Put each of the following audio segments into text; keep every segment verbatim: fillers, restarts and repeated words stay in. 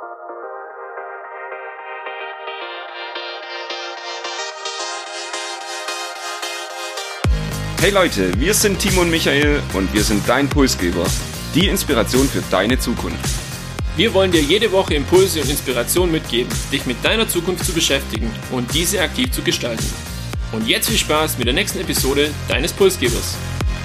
Hey Leute, wir sind Timo und Michael und wir sind dein Pulsgeber, die Inspiration für deine Zukunft. Wir wollen dir jede Woche Impulse und Inspiration mitgeben, dich mit deiner Zukunft zu beschäftigen und diese aktiv zu gestalten. Und jetzt viel Spaß mit der nächsten Episode deines Pulsgebers.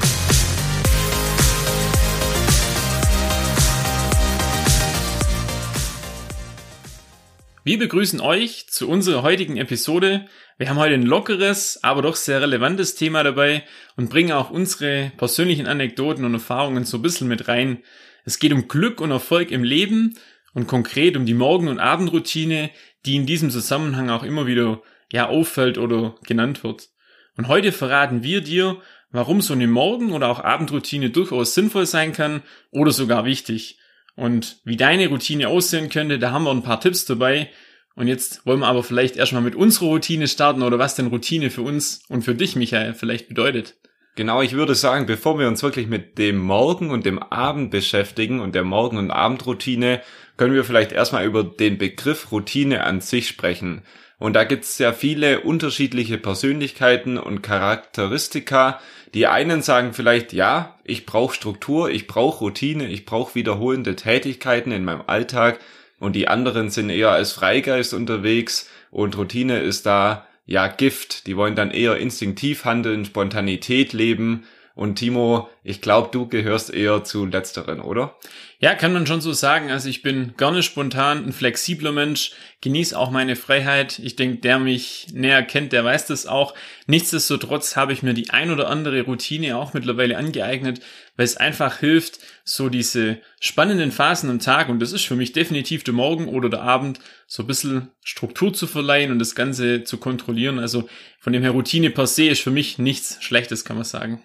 Wir begrüßen euch zu unserer heutigen Episode. Wir haben heute ein lockeres, aber doch sehr relevantes Thema dabei und bringen auch unsere persönlichen Anekdoten und Erfahrungen so ein bisschen mit rein. Es geht um Glück und Erfolg im Leben und konkret um die Morgen- und Abendroutine, die in diesem Zusammenhang auch immer wieder ja auffällt oder genannt wird. Und heute verraten wir dir, warum so eine Morgen- oder auch Abendroutine durchaus sinnvoll sein kann oder sogar wichtig. Und wie deine Routine aussehen könnte, da haben wir ein paar Tipps dabei. Und jetzt wollen wir aber vielleicht erstmal mit unserer Routine starten oder was denn Routine für uns und für dich, Michael, vielleicht bedeutet. Genau, ich würde sagen, bevor wir uns wirklich mit dem Morgen und dem Abend beschäftigen und der Morgen- und Abendroutine, können wir vielleicht erstmal über den Begriff Routine an sich sprechen. Und da gibt es sehr viele unterschiedliche Persönlichkeiten und Charakteristika. Die einen sagen vielleicht, ja, ich brauche Struktur, ich brauche Routine, ich brauche wiederholende Tätigkeiten in meinem Alltag. Und die anderen sind eher als Freigeist unterwegs und Routine ist da, ja, Gift. Die wollen dann eher instinktiv handeln, Spontanität leben. Und Timo, ich glaube, du gehörst eher zu Letzteren, oder? Ja, kann man schon so sagen. Also ich bin gerne spontan, ein flexibler Mensch, genieße auch meine Freiheit. Ich denke, der mich näher kennt, der weiß das auch. Nichtsdestotrotz habe ich mir die ein oder andere Routine auch mittlerweile angeeignet, weil es einfach hilft, so diese spannenden Phasen am Tag, und das ist für mich definitiv der Morgen oder der Abend, so ein bisschen Struktur zu verleihen und das Ganze zu kontrollieren. Also von dem her, Routine per se ist für mich nichts Schlechtes, kann man sagen.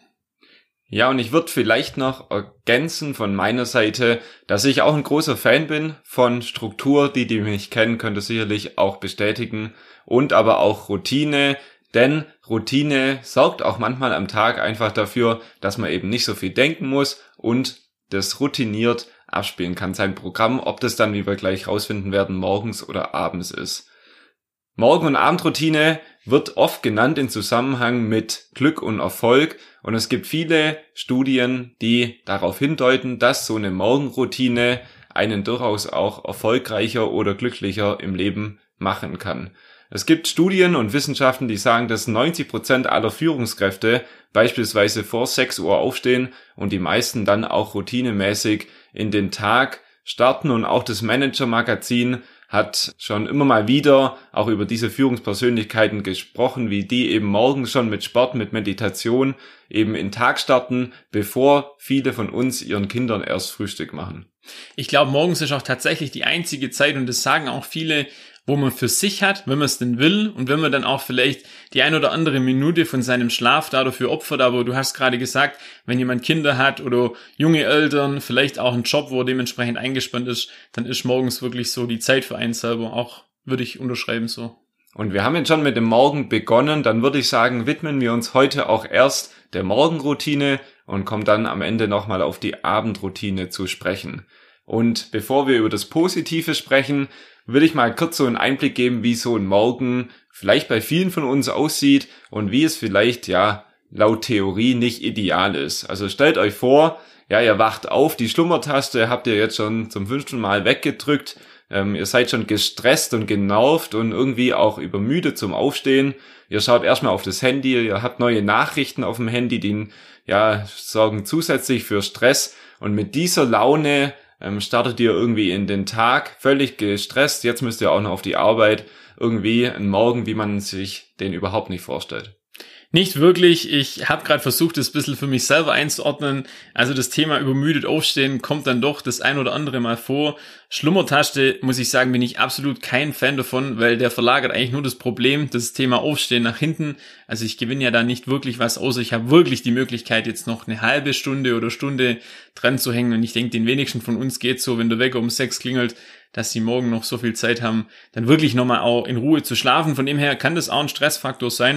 Ja, und ich würde vielleicht noch ergänzen von meiner Seite, dass ich auch ein großer Fan bin von Struktur. Die, die mich kennen, können das sicherlich auch bestätigen. Und aber auch Routine, denn Routine sorgt auch manchmal am Tag einfach dafür, dass man eben nicht so viel denken muss und das routiniert abspielen kann, sein Programm, ob das dann, wie wir gleich rausfinden werden, morgens oder abends ist. Morgen- und Abendroutine wird oft genannt in Zusammenhang mit Glück und Erfolg und es gibt viele Studien, die darauf hindeuten, dass so eine Morgenroutine einen durchaus auch erfolgreicher oder glücklicher im Leben machen kann. Es gibt Studien und Wissenschaften, die sagen, dass neunzig Prozent aller Führungskräfte beispielsweise vor sechs Uhr aufstehen und die meisten dann auch routinemäßig in den Tag starten und auch das Manager-Magazin hat schon immer mal wieder auch über diese Führungspersönlichkeiten gesprochen, wie die eben morgens schon mit Sport, mit Meditation eben in den Tag starten, bevor viele von uns ihren Kindern erst Frühstück machen. Ich glaube, morgens ist auch tatsächlich die einzige Zeit, und das sagen auch viele, wo man für sich hat, wenn man es denn will und wenn man dann auch vielleicht die ein oder andere Minute von seinem Schlaf da dafür opfert. Aber du hast gerade gesagt, wenn jemand Kinder hat oder junge Eltern, vielleicht auch einen Job, wo er dementsprechend eingespannt ist, dann ist morgens wirklich so die Zeit für einen selber. Auch würde ich unterschreiben so. Und wir haben jetzt schon mit dem Morgen begonnen, dann würde ich sagen, widmen wir uns heute auch erst der Morgenroutine und kommen dann am Ende nochmal auf die Abendroutine zu sprechen. Und bevor wir über das Positive sprechen, will ich mal kurz so einen Einblick geben, wie so ein Morgen vielleicht bei vielen von uns aussieht und wie es vielleicht, ja, laut Theorie nicht ideal ist. Also stellt euch vor, ja, ihr wacht auf, die Schlummertaste habt ihr jetzt schon zum fünften Mal weggedrückt, ähm, ihr seid schon gestresst und genervt und irgendwie auch übermüdet zum Aufstehen. Ihr schaut erstmal auf das Handy, ihr habt neue Nachrichten auf dem Handy, die, ja, sorgen zusätzlich für Stress und mit dieser Laune Ähm, startet ihr irgendwie in den Tag, völlig gestresst, jetzt müsst ihr auch noch auf die Arbeit, irgendwie ein Morgen, wie man sich den überhaupt nicht vorstellt. Nicht wirklich. Ich habe gerade versucht, das ein bisschen für mich selber einzuordnen. Also das Thema übermüdet aufstehen kommt dann doch das ein oder andere Mal vor. Schlummertaste, muss ich sagen, bin ich absolut kein Fan davon, weil der verlagert eigentlich nur das Problem, das Thema Aufstehen nach hinten. Also ich gewinne ja da nicht wirklich was, außer ich habe wirklich die Möglichkeit, jetzt noch eine halbe Stunde oder Stunde dran zu hängen. Und ich denke, den wenigsten von uns geht so, wenn der Wecker um sechs klingelt, dass sie morgen noch so viel Zeit haben, dann wirklich nochmal auch in Ruhe zu schlafen. Von dem her kann das auch ein Stressfaktor sein.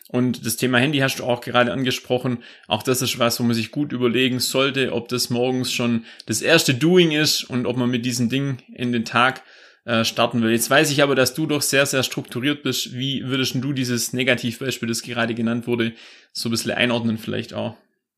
Und das Thema Handy hast du auch gerade angesprochen. Auch das ist was, wo man sich gut überlegen sollte, ob das morgens schon das erste Doing ist und ob man mit diesem Ding in den Tag äh, starten will. Jetzt weiß ich aber, dass du doch sehr, sehr strukturiert bist. Wie würdest du dieses Negativbeispiel, das gerade genannt wurde, so ein bisschen einordnen vielleicht auch?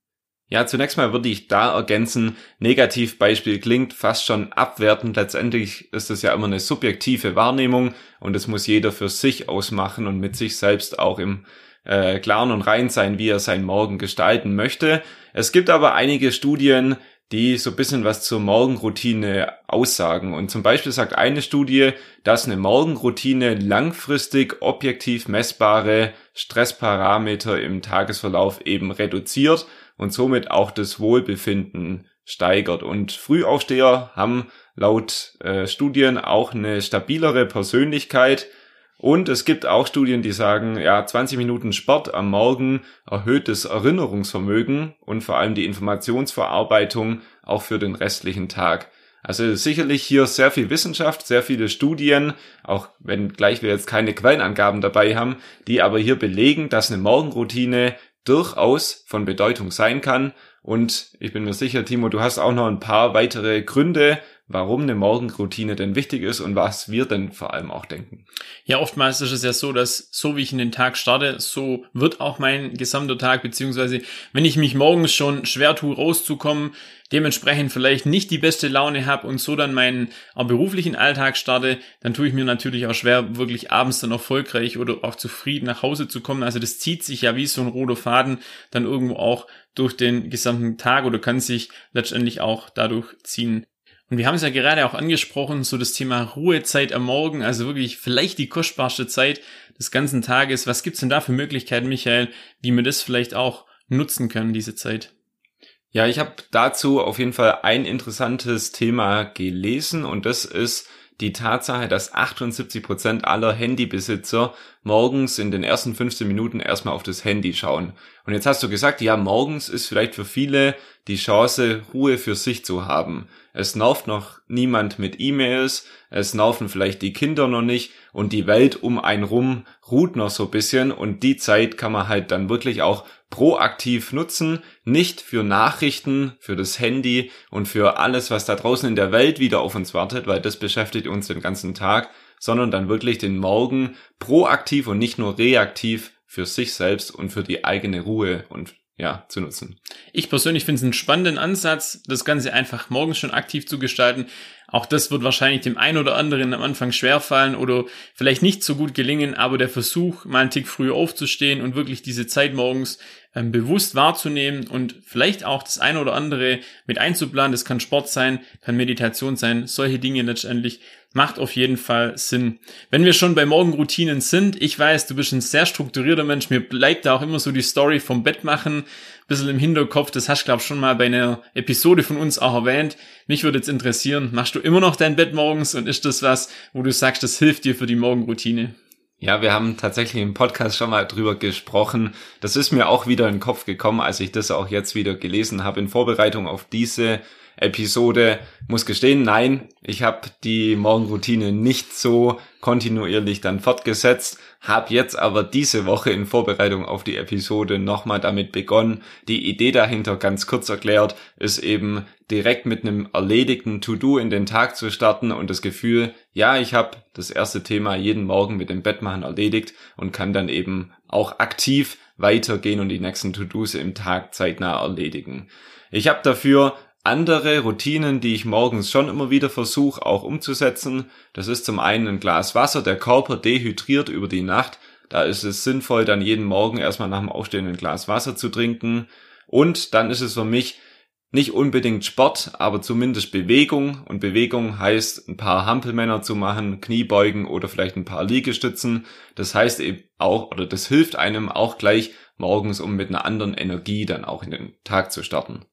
Ja, zunächst mal würde ich da ergänzen, Negativbeispiel klingt fast schon abwertend. Letztendlich ist es ja immer eine subjektive Wahrnehmung und es muss jeder für sich ausmachen und mit sich selbst auch im äh, Klaren und Rein sein, wie er seinen Morgen gestalten möchte. Es gibt aber einige Studien, die so ein bisschen was zur Morgenroutine aussagen. Und zum Beispiel sagt eine Studie, dass eine Morgenroutine langfristig objektiv messbare Stressparameter im Tagesverlauf eben reduziert und somit auch das Wohlbefinden steigert. Und Frühaufsteher haben laut äh, Studien auch eine stabilere Persönlichkeit. Und es gibt auch Studien, die sagen, ja, zwanzig Minuten Sport am Morgen erhöht das Erinnerungsvermögen und vor allem die Informationsverarbeitung auch für den restlichen Tag. Also sicherlich hier sehr viel Wissenschaft, sehr viele Studien, auch wenn gleich wir jetzt keine Quellenangaben dabei haben, die aber hier belegen, dass eine Morgenroutine durchaus von Bedeutung sein kann. Und ich bin mir sicher, Timo, du hast auch noch ein paar weitere Gründe, warum eine Morgenroutine denn wichtig ist und was wir denn vor allem auch denken. Ja, oftmals ist es ja so, dass so wie ich in den Tag starte, so wird auch mein gesamter Tag, beziehungsweise wenn ich mich morgens schon schwer tue, rauszukommen, dementsprechend vielleicht nicht die beste Laune habe und so dann meinen auch beruflichen Alltag starte, dann tue ich mir natürlich auch schwer, wirklich abends dann erfolgreich oder auch zufrieden nach Hause zu kommen. Also das zieht sich ja wie so ein roter Faden dann irgendwo auch durch den gesamten Tag oder kann sich letztendlich auch dadurch ziehen. Und wir haben es ja gerade auch angesprochen, so das Thema Ruhezeit am Morgen, also wirklich vielleicht die kostbarste Zeit des ganzen Tages. Was gibt's denn da für Möglichkeiten, Michael, wie wir das vielleicht auch nutzen können, diese Zeit? Ja, ich habe dazu auf jeden Fall ein interessantes Thema gelesen und das ist die Tatsache, dass achtundsiebzig Prozent aller Handybesitzer morgens in den ersten fünfzehn Minuten erstmal auf das Handy schauen. Und jetzt hast du gesagt, ja, morgens ist vielleicht für viele die Chance, Ruhe für sich zu haben. Es nervt noch niemand mit E-Mails, es nerven vielleicht die Kinder noch nicht und die Welt um einen rum ruht noch so ein bisschen und die Zeit kann man halt dann wirklich auch proaktiv nutzen, nicht für Nachrichten, für das Handy und für alles, was da draußen in der Welt wieder auf uns wartet, weil das beschäftigt uns den ganzen Tag, sondern dann wirklich den Morgen proaktiv und nicht nur reaktiv für sich selbst und für die eigene Ruhe und ja, zu nutzen. Ich persönlich finde es einen spannenden Ansatz, das Ganze einfach morgens schon aktiv zu gestalten. Auch das wird wahrscheinlich dem einen oder anderen am Anfang schwerfallen oder vielleicht nicht so gut gelingen, aber der Versuch, mal einen Tick früher aufzustehen und wirklich diese Zeit morgens ähm, bewusst wahrzunehmen und vielleicht auch das eine oder andere mit einzuplanen, das kann Sport sein, kann Meditation sein, solche Dinge letztendlich, macht auf jeden Fall Sinn. Wenn wir schon bei Morgenroutinen sind, ich weiß, du bist ein sehr strukturierter Mensch, mir bleibt da auch immer so die Story vom Bett machen, ein bisschen im Hinterkopf, das hast du, glaube ich, schon mal bei einer Episode von uns auch erwähnt. Mich würde jetzt interessieren, machst du immer noch dein Bett morgens und ist das was, wo du sagst, das hilft dir für die Morgenroutine? Ja, wir haben tatsächlich im Podcast schon mal drüber gesprochen. Das ist mir auch wieder in den Kopf gekommen, als ich das auch jetzt wieder gelesen habe in Vorbereitung auf diese Episode. Muss gestehen, nein, ich habe die Morgenroutine nicht so kontinuierlich dann fortgesetzt, habe jetzt aber diese Woche in Vorbereitung auf die Episode nochmal damit begonnen. Die Idee dahinter, ganz kurz erklärt, ist eben direkt mit einem erledigten To-Do in den Tag zu starten und das Gefühl, ja, ich habe das erste Thema jeden Morgen mit dem Bettmachen erledigt und kann dann eben auch aktiv weitergehen und die nächsten To-Dos im Tag zeitnah erledigen. Ich habe dafür andere Routinen, die ich morgens schon immer wieder versuche, auch umzusetzen. Das ist zum einen ein Glas Wasser. Der Körper dehydriert über die Nacht. Da ist es sinnvoll, dann jeden Morgen erstmal nach dem Aufstehen ein Glas Wasser zu trinken. Und dann ist es für mich nicht unbedingt Sport, aber zumindest Bewegung. Und Bewegung heißt, ein paar Hampelmänner zu machen, Kniebeugen oder vielleicht ein paar Liegestützen. Das heißt eben auch, oder das hilft einem auch gleich morgens, um mit einer anderen Energie dann auch in den Tag zu starten.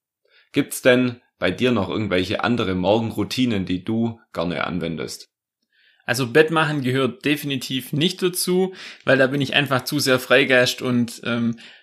Gibt's denn bei dir noch irgendwelche andere Morgenroutinen, die du gerne anwendest? Also Bett machen gehört definitiv nicht dazu, weil da bin ich einfach zu sehr Freigeist und ähm,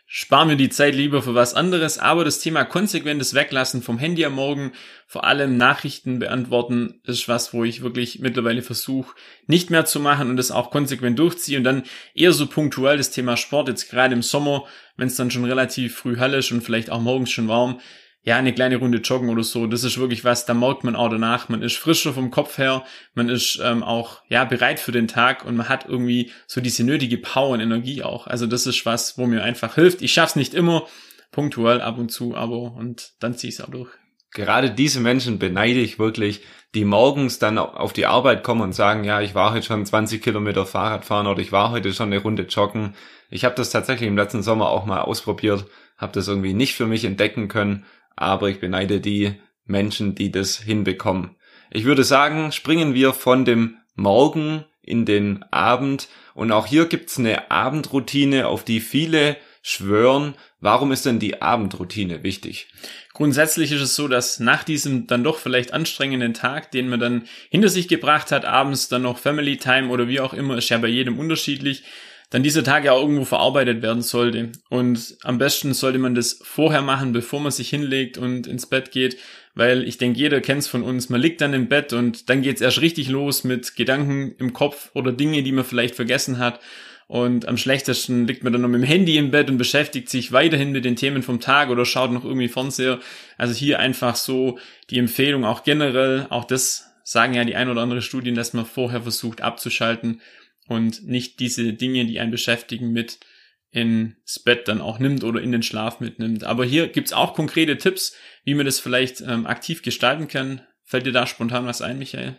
spare mir die Zeit lieber für was anderes, aber das Thema konsequentes Weglassen vom Handy am Morgen, vor allem Nachrichten beantworten, ist was, wo ich wirklich mittlerweile versuche, nicht mehr zu machen und das auch konsequent durchziehe und dann eher so punktuell das Thema Sport, jetzt gerade im Sommer, wenn es dann schon relativ früh hell ist und vielleicht auch morgens schon warm, ja, eine kleine Runde joggen oder so, das ist wirklich was, da merkt man auch danach, man ist frischer vom Kopf her, man ist ähm, auch ja bereit für den Tag und man hat irgendwie so diese nötige Power und Energie auch. Also das ist was, wo mir einfach hilft. Ich schaff's nicht immer, punktuell ab und zu, aber und dann zieh ich's auch durch. Gerade diese Menschen beneide ich wirklich, die morgens dann auf die Arbeit kommen und sagen, ja, ich war heute schon zwanzig Kilometer Fahrrad fahren oder ich war heute schon eine Runde joggen. Ich habe das tatsächlich im letzten Sommer auch mal ausprobiert, habe das irgendwie nicht für mich entdecken können, aber ich beneide die Menschen, die das hinbekommen. Ich würde sagen, springen wir von dem Morgen in den Abend und auch hier gibt's eine Abendroutine, auf die viele schwören. Warum ist denn die Abendroutine wichtig? Grundsätzlich ist es so, dass nach diesem dann doch vielleicht anstrengenden Tag, den man dann hinter sich gebracht hat, abends dann noch Family Time oder wie auch immer, ist ja bei jedem unterschiedlich, dann dieser Tag ja auch irgendwo verarbeitet werden sollte. Und am besten sollte man das vorher machen, bevor man sich hinlegt und ins Bett geht, weil ich denke, jeder kennt's von uns. Man liegt dann im Bett und dann geht's erst richtig los mit Gedanken im Kopf oder Dinge, die man vielleicht vergessen hat. Und am schlechtesten liegt man dann noch mit dem Handy im Bett und beschäftigt sich weiterhin mit den Themen vom Tag oder schaut noch irgendwie Fernseher. Also hier einfach so die Empfehlung auch generell, auch das sagen ja die ein oder andere Studien, dass man vorher versucht abzuschalten und nicht diese Dinge, die einen beschäftigen, mit ins Bett dann auch nimmt oder in den Schlaf mitnimmt. Aber hier gibt's auch konkrete Tipps, wie man das vielleicht ähm, aktiv gestalten kann. Fällt dir da spontan was ein, Michael?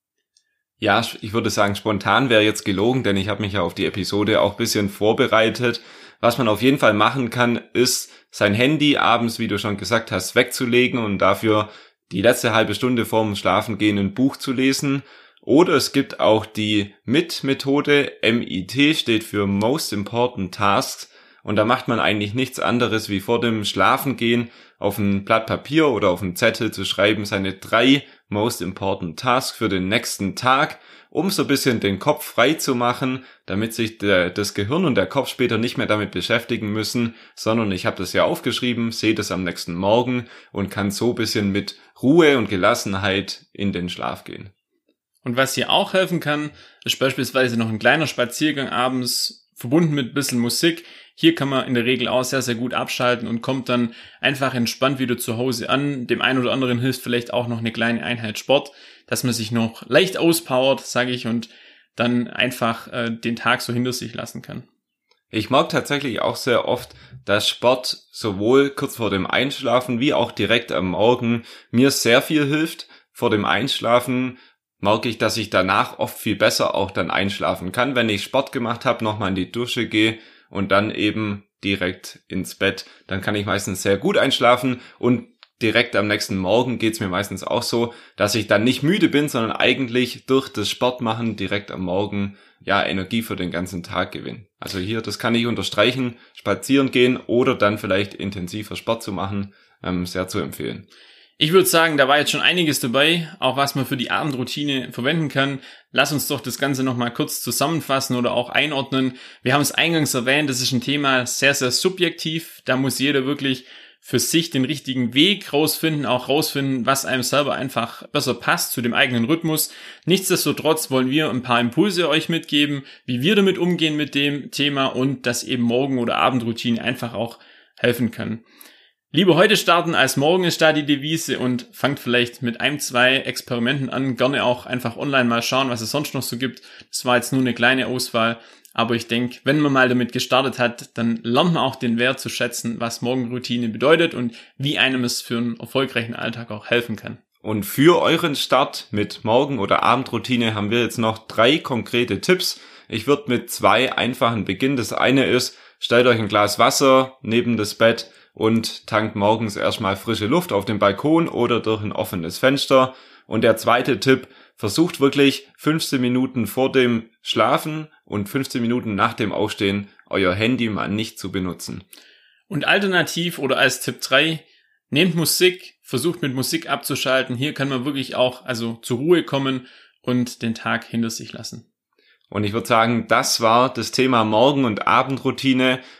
Ja, ich würde sagen, spontan wäre jetzt gelogen, denn ich habe mich ja auf die Episode auch ein bisschen vorbereitet. Was man auf jeden Fall machen kann, ist sein Handy abends, wie du schon gesagt hast, wegzulegen und dafür die letzte halbe Stunde vorm Schlafengehen ein Buch zu lesen. Oder es gibt auch die M I T-Methode. M I T steht für Most Important Tasks. Und da macht man eigentlich nichts anderes, wie vor dem Schlafengehen auf ein Blatt Papier oder auf einen Zettel zu schreiben, seine drei Most Important Tasks für den nächsten Tag, um so ein bisschen den Kopf frei zu machen, damit sich der, das Gehirn und der Kopf später nicht mehr damit beschäftigen müssen, sondern ich habe das ja aufgeschrieben, sehe das am nächsten Morgen und kann so ein bisschen mit Ruhe und Gelassenheit in den Schlaf gehen. Und was hier auch helfen kann, ist beispielsweise noch ein kleiner Spaziergang abends, verbunden mit ein bisschen Musik. Hier kann man in der Regel auch sehr, sehr gut abschalten und kommt dann einfach entspannt wieder zu Hause an. Dem einen oder anderen hilft vielleicht auch noch eine kleine Einheit Sport, dass man sich noch leicht auspowert, sage ich, und dann einfach äh, den Tag so hinter sich lassen kann. Ich mag tatsächlich auch sehr oft, dass Sport sowohl kurz vor dem Einschlafen wie auch direkt am Morgen mir sehr viel hilft. Vor dem Einschlafen merke ich, dass ich danach oft viel besser auch dann einschlafen kann, wenn ich Sport gemacht habe, nochmal in die Dusche gehe und dann eben direkt ins Bett. Dann kann ich meistens sehr gut einschlafen und direkt am nächsten Morgen geht's mir meistens auch so, dass ich dann nicht müde bin, sondern eigentlich durch das Sportmachen direkt am Morgen ja Energie für den ganzen Tag gewinne. Also hier, das kann ich unterstreichen, spazieren gehen oder dann vielleicht intensiver Sport zu machen, ähm, sehr zu empfehlen. Ich würde sagen, da war jetzt schon einiges dabei, auch was man für die Abendroutine verwenden kann. Lass uns doch das Ganze nochmal kurz zusammenfassen oder auch einordnen. Wir haben es eingangs erwähnt, das ist ein Thema sehr, sehr subjektiv. Da muss jeder wirklich für sich den richtigen Weg rausfinden, auch rausfinden, was einem selber einfach besser passt zu dem eigenen Rhythmus. Nichtsdestotrotz wollen wir ein paar Impulse euch mitgeben, wie wir damit umgehen mit dem Thema und dass eben Morgen- oder Abendroutine einfach auch helfen kann. Lieber heute starten als morgen ist da die Devise und fangt vielleicht mit ein, zwei Experimenten an. Gerne auch einfach online mal schauen, was es sonst noch so gibt. Das war jetzt nur eine kleine Auswahl. Aber ich denke, wenn man mal damit gestartet hat, dann lernt man auch den Wert zu schätzen, was Morgenroutine bedeutet und wie einem es für einen erfolgreichen Alltag auch helfen kann. Und für euren Start mit Morgen- oder Abendroutine haben wir jetzt noch drei konkrete Tipps. Ich würde mit zwei einfachen beginnen. Das eine ist, stellt euch ein Glas Wasser neben das Bett und tankt morgens erstmal frische Luft auf dem Balkon oder durch ein offenes Fenster. Und der zweite Tipp, versucht wirklich fünfzehn Minuten vor dem Schlafen und fünfzehn Minuten nach dem Aufstehen euer Handy mal nicht zu benutzen. Und alternativ oder als Tipp drei, nehmt Musik, versucht mit Musik abzuschalten. Hier kann man wirklich auch also zur Ruhe kommen und den Tag hinter sich lassen. Und ich würde sagen, das war das Thema Morgen- und Abendroutine.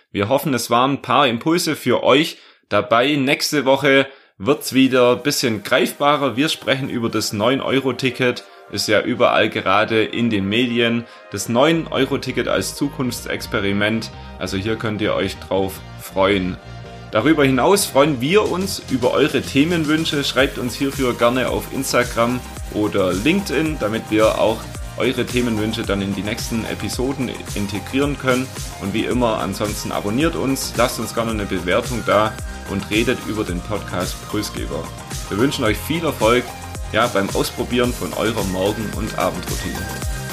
Wir hoffen, es waren ein paar Impulse für euch dabei. Nächste Woche wird's wieder ein bisschen greifbarer. Wir sprechen über das neun Euro Ticket. Ist ja überall gerade in den Medien. Das neun Euro Ticket als Zukunftsexperiment. Also hier könnt ihr euch drauf freuen. Darüber hinaus freuen wir uns über eure Themenwünsche. Schreibt uns hierfür gerne auf Instagram oder LinkedIn, damit wir auch eure Themenwünsche dann in die nächsten Episoden integrieren können. Und wie immer, ansonsten abonniert uns, lasst uns gerne eine Bewertung da und redet über den Podcast Pulsgeber. Wir wünschen euch viel Erfolg ja, beim Ausprobieren von eurer Morgen- und Abendroutine.